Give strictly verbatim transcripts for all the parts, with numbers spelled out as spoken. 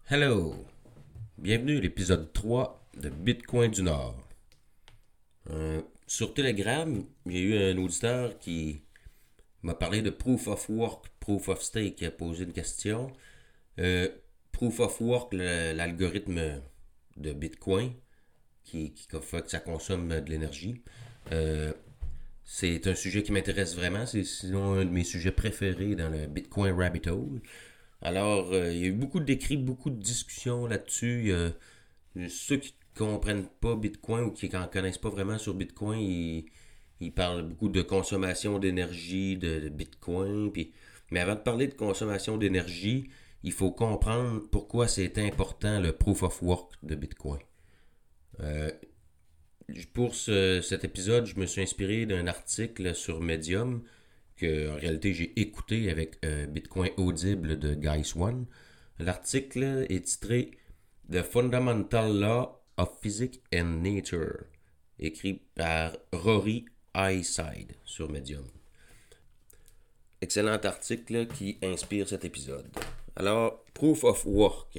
Hello! Bienvenue à l'épisode trois de Bitcoin du Nord. Euh, sur Telegram, il y a eu un auditeur qui m'a parlé de Proof of Work, Proof of Stake, qui a posé une question. Euh, Proof of Work, le- l'algorithme de Bitcoin, qui, qui fait que ça consomme de l'énergie. Euh, c'est un sujet qui m'intéresse vraiment. C'est sinon un de mes sujets préférés dans le Bitcoin Rabbit Hole. Alors, euh, il y a eu beaucoup d'écrits, beaucoup de discussions là-dessus. Il y a- ceux qui ne comprennent pas Bitcoin ou qui n'en connaissent pas vraiment sur Bitcoin, ils, ils parlent beaucoup de consommation d'énergie, de, de Bitcoin. Puis, mais avant de parler de consommation d'énergie, il faut comprendre pourquoi c'est important le proof of work de Bitcoin. Euh, pour ce- cet épisode, je me suis inspiré d'un article sur Medium que en réalité j'ai écouté avec euh, Bitcoin Audible de Guy Swan. L'article est titré The Fundamental Law of Physics and Nature, écrit par Rory Highside sur Medium. Excellent article qui inspire cet épisode. Alors, Proof of Work.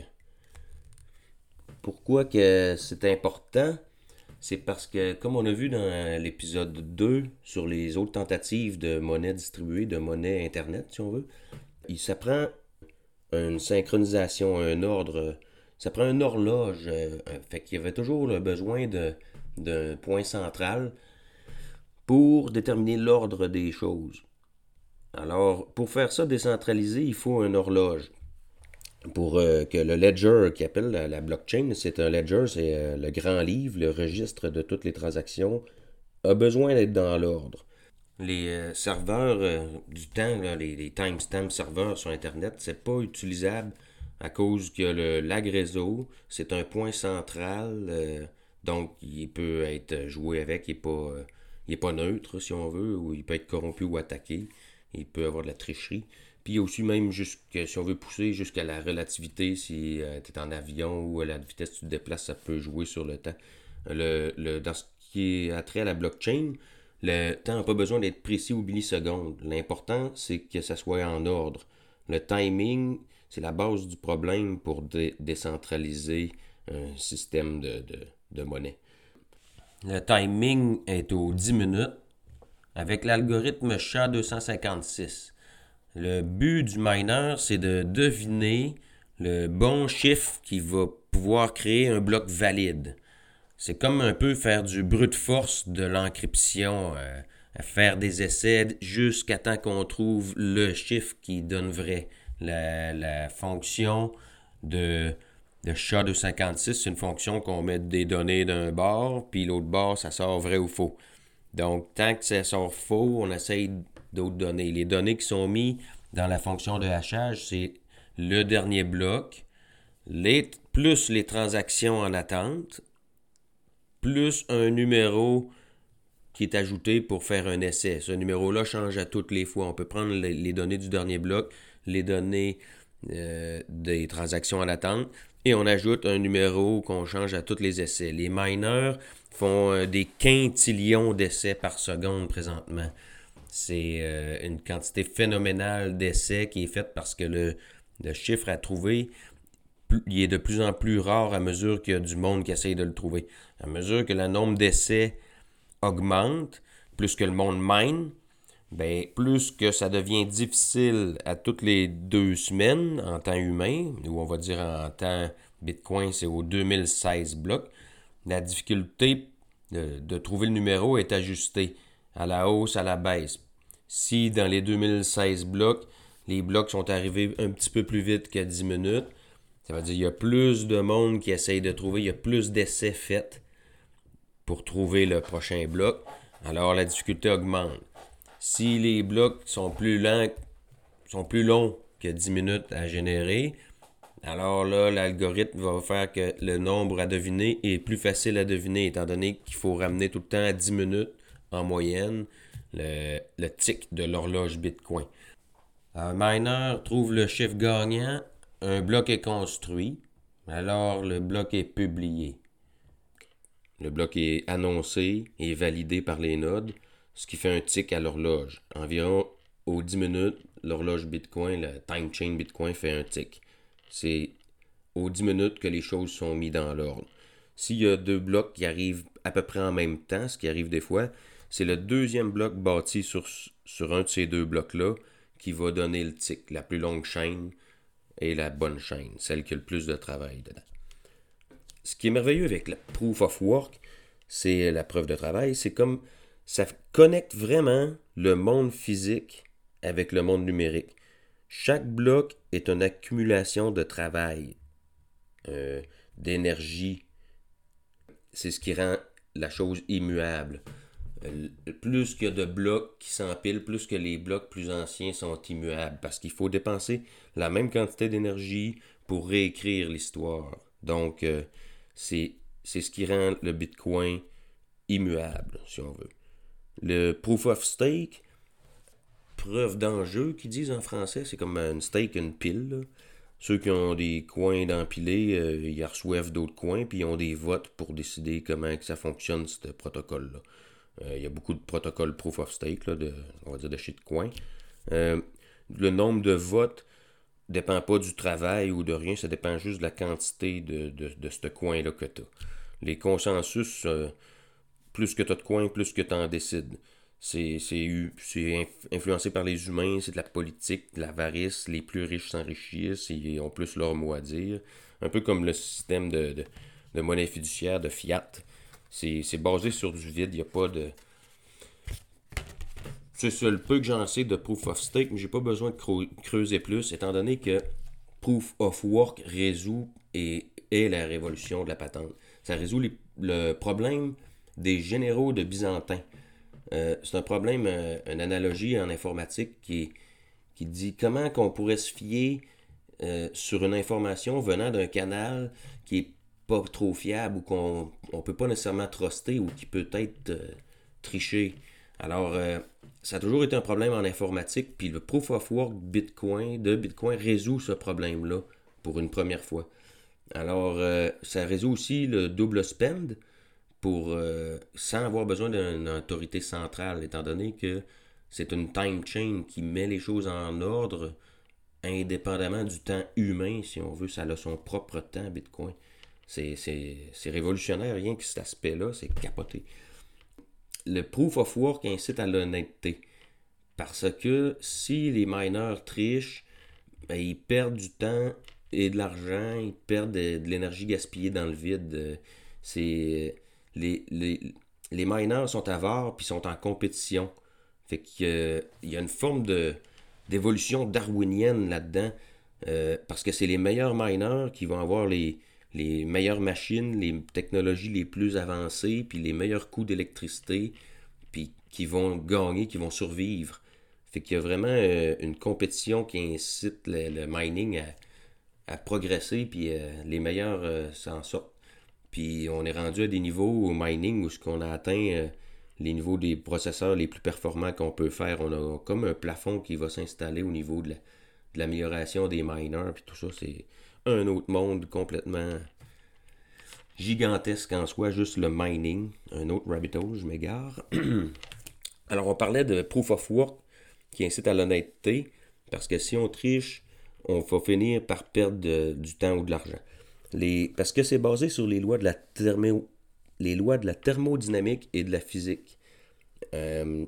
Pourquoi que c'est important? C'est parce que, comme on a vu dans l'épisode deux sur les autres tentatives de monnaie distribuée, de monnaie Internet, si on veut, il s'apprend une synchronisation, un ordre, ça prend une horloge. Euh, fait qu'il y avait toujours le besoin de, d'un point central pour déterminer l'ordre des choses. Alors, pour faire ça décentralisé, il faut une horloge. Pour euh, que le ledger qui appelle la, la blockchain, c'est un ledger, c'est euh, le grand livre, le registre de toutes les transactions, a besoin d'être dans l'ordre. Les euh, serveurs euh, du temps, là, les, les timestamp serveurs sur Internet, c'est pas utilisable à cause que le lag réseau, c'est un point central, euh, donc il peut être joué avec, il n'est pas, euh, il est pas neutre si on veut, ou il peut être corrompu ou attaqué, il peut avoir de la tricherie. Puis aussi même jusqu'à, si on veut pousser jusqu'à la relativité, si euh, tu es en avion ou à la vitesse que tu te déplaces, ça peut jouer sur le temps. Le, le, dans ce qui est trait à la blockchain, le temps n'a pas besoin d'être précis ou millisecondes. L'important, c'est que ça soit en ordre. Le timing, c'est la base du problème pour dé- décentraliser un système de, de, de monnaie. Le timing est aux dix minutes avec l'algorithme S H A deux cent cinquante-six. Le but du miner, c'est de deviner le bon chiffre qui va pouvoir créer un bloc valide. C'est comme un peu faire du brute force de l'encryption, euh, faire des essais jusqu'à temps qu'on trouve le chiffre qui donne vrai. La, la fonction de, de S H A deux cent cinquante-six, c'est une fonction qu'on met des données d'un bord, puis l'autre bord, ça sort vrai ou faux. Donc, tant que ça sort faux, on essaye d'autres données. Les données qui sont mises dans la fonction de hachage, c'est le dernier bloc, les, plus les transactions en attente, plus un numéro qui est ajouté pour faire un essai. Ce numéro-là change à toutes les fois. On peut prendre les données du dernier bloc, les données euh, des transactions en attente, et on ajoute un numéro qu'on change à tous les essais. Les miners font euh, des quintillions d'essais par seconde présentement. C'est euh, une quantité phénoménale d'essais qui est faite parce que le, le chiffre à trouver, il est de plus en plus rare à mesure qu'il y a du monde qui essaye de le trouver. À mesure que le nombre d'essais augmente, plus que le monde mine, ben, plus que ça devient difficile à toutes les deux semaines en temps humain, ou on va dire en temps Bitcoin, c'est aux deux mille seize blocs, la difficulté de, de trouver le numéro est ajustée à la hausse, à la baisse. Si dans les deux mille seize blocs, les blocs sont arrivés un petit peu plus vite qu'à dix minutes, ça veut dire qu'il y a plus de monde qui essaye de trouver, il y a plus d'essais faits pour trouver le prochain bloc, alors la difficulté augmente. Si les blocs sont plus lents, sont plus longs que dix minutes à générer, alors là, l'algorithme va faire que le nombre à deviner est plus facile à deviner, étant donné qu'il faut ramener tout le temps à dix minutes en moyenne le, le tic de l'horloge Bitcoin. Un miner trouve le chiffre gagnant, un bloc est construit, alors le bloc est publié. Le bloc est annoncé et validé par les nodes, ce qui fait un tic à l'horloge. Environ aux dix minutes, l'horloge Bitcoin, la time chain Bitcoin fait un tic. C'est aux dix minutes que les choses sont mises dans l'ordre. S'il y a deux blocs qui arrivent à peu près en même temps, ce qui arrive des fois, c'est le deuxième bloc bâti sur, sur un de ces deux blocs-là qui va donner le tic, la plus longue chaîne et la bonne chaîne, celle qui a le plus de travail dedans. Ce qui est merveilleux avec le Proof of Work, c'est la preuve de travail, c'est comme ça connecte vraiment le monde physique avec le monde numérique. Chaque bloc est une accumulation de travail, euh, d'énergie. C'est ce qui rend la chose immuable. Euh, plus qu'il y a de blocs qui s'empilent, plus que les blocs plus anciens sont immuables, parce qu'il faut dépenser la même quantité d'énergie pour réécrire l'histoire. Donc, euh, c'est, c'est ce qui rend le Bitcoin immuable, si on veut. Le Proof of Stake, preuve d'enjeu, qu'ils disent en français, c'est comme une stake, une pile, là. Ceux qui ont des coins d'empilés, euh, ils reçoivent d'autres coins, puis ils ont des votes pour décider comment que ça fonctionne, ce protocole-là. Euh, il y a beaucoup de protocoles Proof of Stake, là, de, on va dire de shitcoin. Euh, le nombre de votes ne dépend pas du travail ou de rien, ça dépend juste de la quantité de, de, de ce coin-là que tu as. Les consensus, euh, plus que tu as de coins, plus que tu en décides. C'est, c'est, c'est influencé par les humains, c'est de la politique, de l'avarice. Les plus riches s'enrichissent, ils ont plus leur mot à dire. Un peu comme le système de, de, de monnaie fiduciaire, de fiat. C'est, c'est basé sur du vide, il n'y a pas de... C'est ça, le peu que j'en sais de Proof of Stake, mais j'ai pas besoin de creuser plus, étant donné que Proof of Work résout et est la révolution de la patente. Ça résout les, le problème des généraux de Byzantin. Euh, c'est un problème, euh, une analogie en informatique qui, qui dit comment qu'on pourrait se fier euh, sur une information venant d'un canal qui est pas trop fiable ou qu'on on peut pas nécessairement truster ou qui peut être euh, triché. Alors, euh, ça a toujours été un problème en informatique, puis le Proof of Work Bitcoin, de Bitcoin résout ce problème-là pour une première fois. Alors, euh, ça résout aussi le double spend pour, euh, sans avoir besoin d'une autorité centrale, étant donné que c'est une time chain qui met les choses en ordre indépendamment du temps humain, si on veut. Ça a son propre temps, Bitcoin. C'est, c'est, c'est révolutionnaire, rien que cet aspect-là, c'est capoté. Le Proof of Work incite à l'honnêteté. Parce que si les miners trichent, ben, ils perdent du temps et de l'argent, ils perdent de, de l'énergie gaspillée dans le vide. C'est, les, les, les miners sont avares puis sont en compétition. Fait qu'il euh, y a une forme de, d'évolution darwinienne là-dedans. Euh, parce que c'est les meilleurs miners qui vont avoir les, les meilleures machines, les technologies les plus avancées, puis les meilleurs coûts d'électricité, puis qui vont gagner, qui vont survivre. Fait qu'il y a vraiment euh, une compétition qui incite le, le mining à, à progresser, puis euh, les meilleurs euh, s'en sortent. Puis on est rendu à des niveaux au mining où ce qu'on a atteint euh, les niveaux des processeurs les plus performants qu'on peut faire. On a comme un plafond qui va s'installer au niveau de, la, de l'amélioration des miners, puis tout ça, c'est un autre monde complètement gigantesque en soi, juste le mining. Un autre rabbit hole, je m'égare. Alors on parlait de Proof of Work qui incite à l'honnêteté, parce que si on triche, on va finir par perdre de, du temps ou de l'argent. Les, parce que c'est basé sur les lois de la, thermo, les lois de la thermodynamique et de la physique. Euh,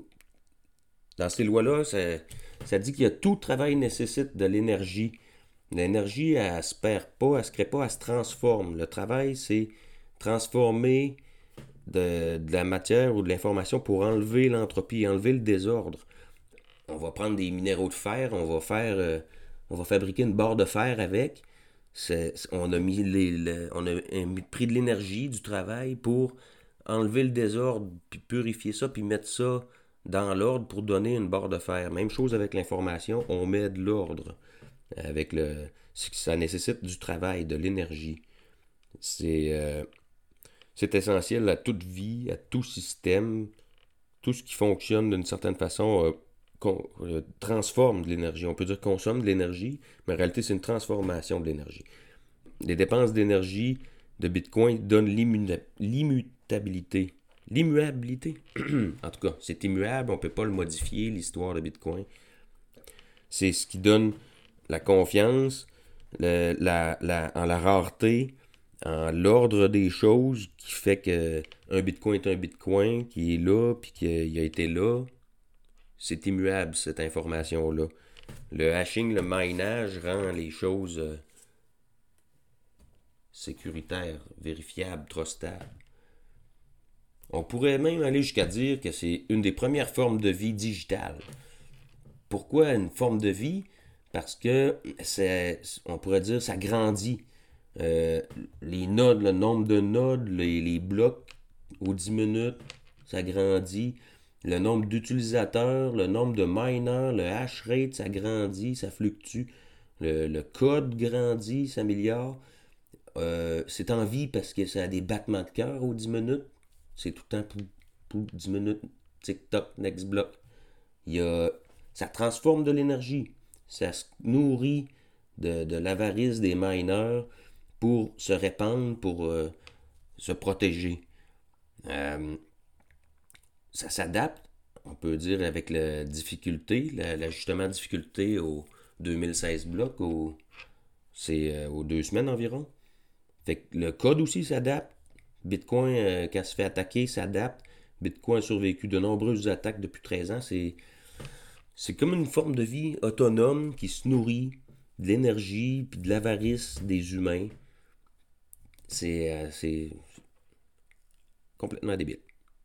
dans ces lois-là, ça, ça dit que tout travail nécessite de l'énergie. L'énergie, elle ne se perd pas, elle ne se crée pas, elle se transforme. Le travail, c'est transformer de, de la matière ou de l'information pour enlever l'entropie, enlever le désordre. On va prendre des minéraux de fer, on va faire, euh, on va fabriquer une barre de fer avec. C'est, on a mis les, le, on a mis, pris de l'énergie du travail pour enlever le désordre, puis purifier ça, puis mettre ça dans l'ordre pour donner une barre de fer. Même chose avec l'information, on met de l'ordre. Avec le, ça nécessite du travail, de l'énergie. C'est, euh, c'est essentiel à toute vie, à tout système. Tout ce qui fonctionne d'une certaine façon euh, con, euh, transforme de l'énergie. On peut dire consomme de l'énergie, mais en réalité, c'est une transformation de l'énergie. Les dépenses d'énergie de Bitcoin donnent l'immuta- l'immutabilité. L'immuabilité. En tout cas, c'est immuable, on ne peut pas le modifier, l'histoire de Bitcoin. C'est ce qui donne la confiance le, la, la, en la rareté, en l'ordre des choses qui fait que un bitcoin est un bitcoin, qui est là, puis qu'il a été là. C'est immuable, cette information-là. Le hashing, le minage rend les choses euh, sécuritaires, vérifiables, trustables. On pourrait même aller jusqu'à dire que c'est une des premières formes de vie digitale. Pourquoi une forme de vie? Parce que c'est, on pourrait dire ça grandit. Euh, les nodes, le nombre de nodes, les, les blocs aux dix minutes, ça grandit. Le nombre d'utilisateurs, le nombre de miners, le hash rate, ça grandit, ça fluctue. Le, le code grandit, s'améliore. Euh, c'est en vie parce que ça a des battements de cœur aux dix minutes. C'est tout le temps pour, pour dix minutes. Tic-toc, next block. Il y a, ça transforme de l'énergie. Ça se nourrit de, de l'avarice des miners pour se répandre, pour euh, se protéger. Euh, ça s'adapte, on peut dire, avec la difficulté, la, l'ajustement de difficulté aux deux mille seize blocs, au, c'est euh, aux deux semaines environ. Fait que le code aussi s'adapte. Bitcoin, euh, quand il se fait attaquer, s'adapte. Bitcoin a survécu de nombreuses attaques depuis treize ans. C'est, c'est comme une forme de vie autonome qui se nourrit de l'énergie puis de l'avarice des humains. C'est, euh, c'est complètement débile.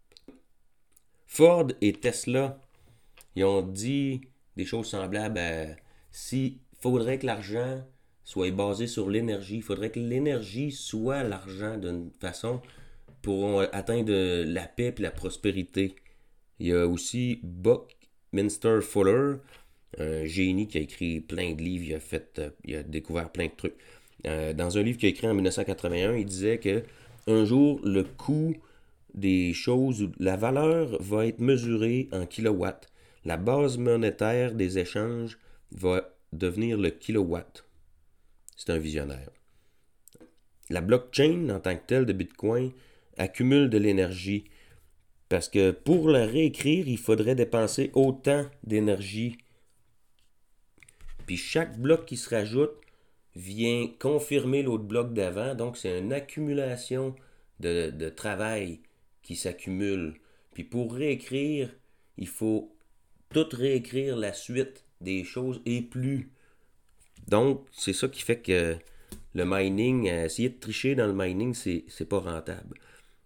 Ford et Tesla, ils ont dit des choses semblables à si faudrait que l'argent soit basé sur l'énergie, il faudrait que l'énergie soit l'argent d'une façon pour atteindre la paix et la prospérité. Il y a aussi Buckminster Fuller, un génie qui a écrit plein de livres, il a, fait, il a découvert plein de trucs. Dans un livre qu'il a écrit en dix-neuf cent quatre-vingt-un, il disait que un jour, le coût des choses, la valeur va être mesurée en kilowatts. La base monétaire des échanges va devenir le kilowatt. C'est un visionnaire. La blockchain en tant que telle de Bitcoin accumule de l'énergie parce que pour la réécrire, il faudrait dépenser autant d'énergie. Puis chaque bloc qui se rajoute vient confirmer l'autre bloc d'avant, donc c'est une accumulation de, de travail qui s'accumule. Puis pour réécrire, il faut tout réécrire la suite des choses et plus. Donc, c'est ça qui fait que le mining, essayer de tricher dans le mining, c'est, c'est pas rentable.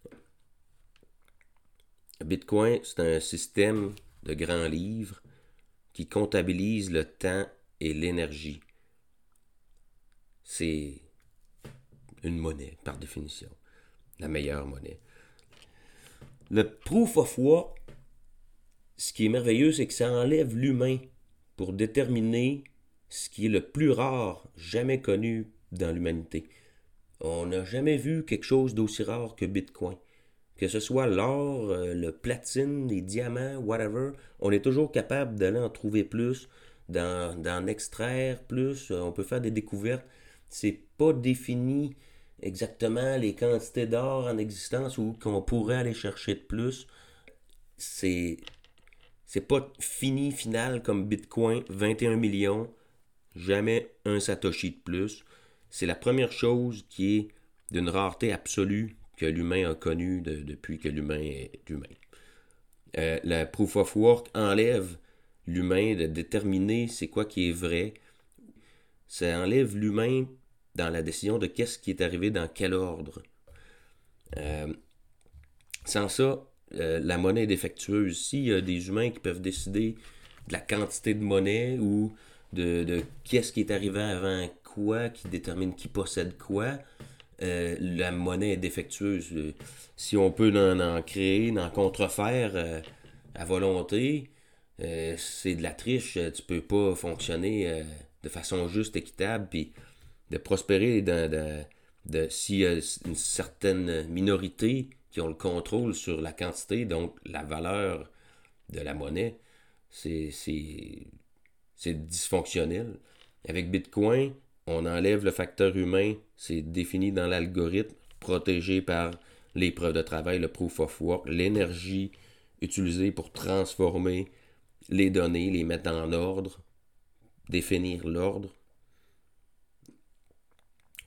Bitcoin, c'est un système de grands livres qui comptabilise le temps et l'énergie. C'est une monnaie, par définition. La meilleure monnaie. Le proof of work, ce qui est merveilleux, c'est que ça enlève l'humain pour déterminer ce qui est le plus rare jamais connu dans l'humanité. On n'a jamais vu quelque chose d'aussi rare que Bitcoin. Que ce soit l'or, le platine, les diamants, whatever, on est toujours capable d'aller en trouver plus, d'en, d'en extraire plus, on peut faire des découvertes. C'est pas défini exactement les quantités d'or en existence ou qu'on pourrait aller chercher de plus. C'est, c'est pas fini, final comme Bitcoin, vingt et un millions, jamais un Satoshi de plus. C'est la première chose qui est d'une rareté absolue que l'humain a connue de, depuis que l'humain est humain. Euh, la proof of work enlève l'humain de déterminer c'est quoi qui est vrai. Ça enlève l'humain dans la décision de qu'est-ce qui est arrivé dans quel ordre. Euh, sans ça, euh, la monnaie est défectueuse. S'il y a des humains qui peuvent décider de la quantité de monnaie ou de, de qu'est-ce qui est arrivé avant quoi, qui détermine qui possède quoi, euh, la monnaie est défectueuse. Si on peut en, en créer, en contrefaire euh, à volonté, euh, c'est de la triche. Tu peux pas fonctionner euh, de façon juste, équitable, puis de prospérer dans, dans, de, s'il y a une certaine minorité qui ont le contrôle sur la quantité, donc la valeur de la monnaie, c'est, c'est, c'est dysfonctionnel. Avec Bitcoin, on enlève le facteur humain, c'est défini dans l'algorithme, protégé par les preuves de travail, le proof of work, l'énergie utilisée pour transformer les données, les mettre en ordre, définir l'ordre.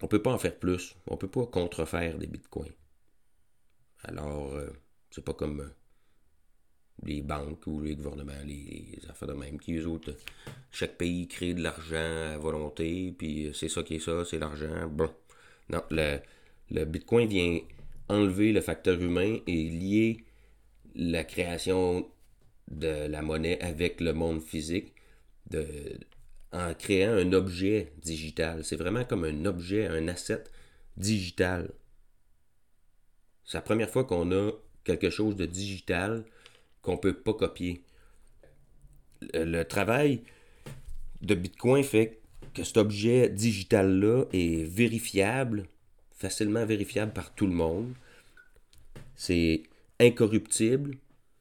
on peut pas en faire plus. On peut pas contrefaire des bitcoins. Alors, euh, c'est pas comme euh, les banques ou les gouvernements, les, les affaires de même, qui eux autres, chaque pays crée de l'argent à volonté, puis c'est ça qui est ça, c'est l'argent. Bon. Non, le, le bitcoin vient enlever le facteur humain et lier la création de la monnaie avec le monde physique de, en créant un objet digital. C'est vraiment comme un objet, un asset digital. C'est la première fois qu'on a quelque chose de digital qu'on ne peut pas copier. Le, le travail de Bitcoin fait que cet objet digital-là est vérifiable, facilement vérifiable par tout le monde. C'est incorruptible.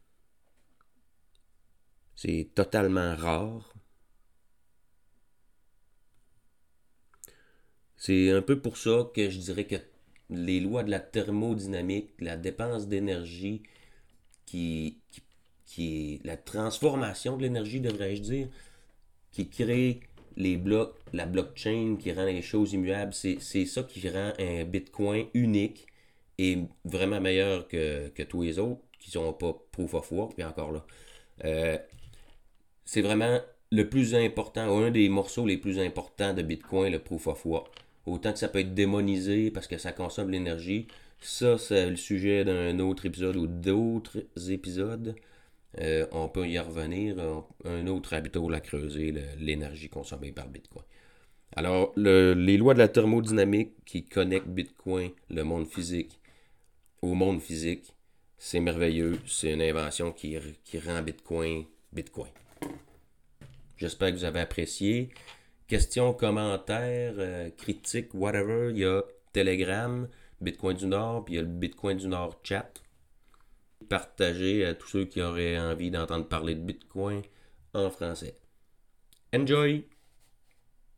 C'est totalement rare. C'est un peu pour ça que je dirais que les lois de la thermodynamique, la dépense d'énergie, qui, qui, qui est la transformation de l'énergie, devrais-je dire, qui crée les blocs, la blockchain, qui rend les choses immuables, c'est, c'est ça qui rend un Bitcoin unique et vraiment meilleur que, que tous les autres qui sont pas proof of work, puis encore là. Euh, c'est vraiment le plus important, un des morceaux les plus importants de Bitcoin, le proof of work. Autant que ça peut être démonisé parce que ça consomme de l'énergie, ça c'est le sujet d'un autre épisode ou d'autres épisodes. Euh, on peut y revenir. Un autre habitole à creuser, le, l'énergie consommée par Bitcoin. Alors, le, les lois de la thermodynamique qui connectent Bitcoin, le monde physique, au monde physique, c'est merveilleux. C'est une invention qui, qui rend Bitcoin Bitcoin. J'espère que vous avez apprécié. Questions, commentaires, euh, critiques, whatever. Il y a Telegram, Bitcoin du Nord, puis il y a le Bitcoin du Nord chat. Partagez à tous ceux qui auraient envie d'entendre parler de Bitcoin en français. Enjoy!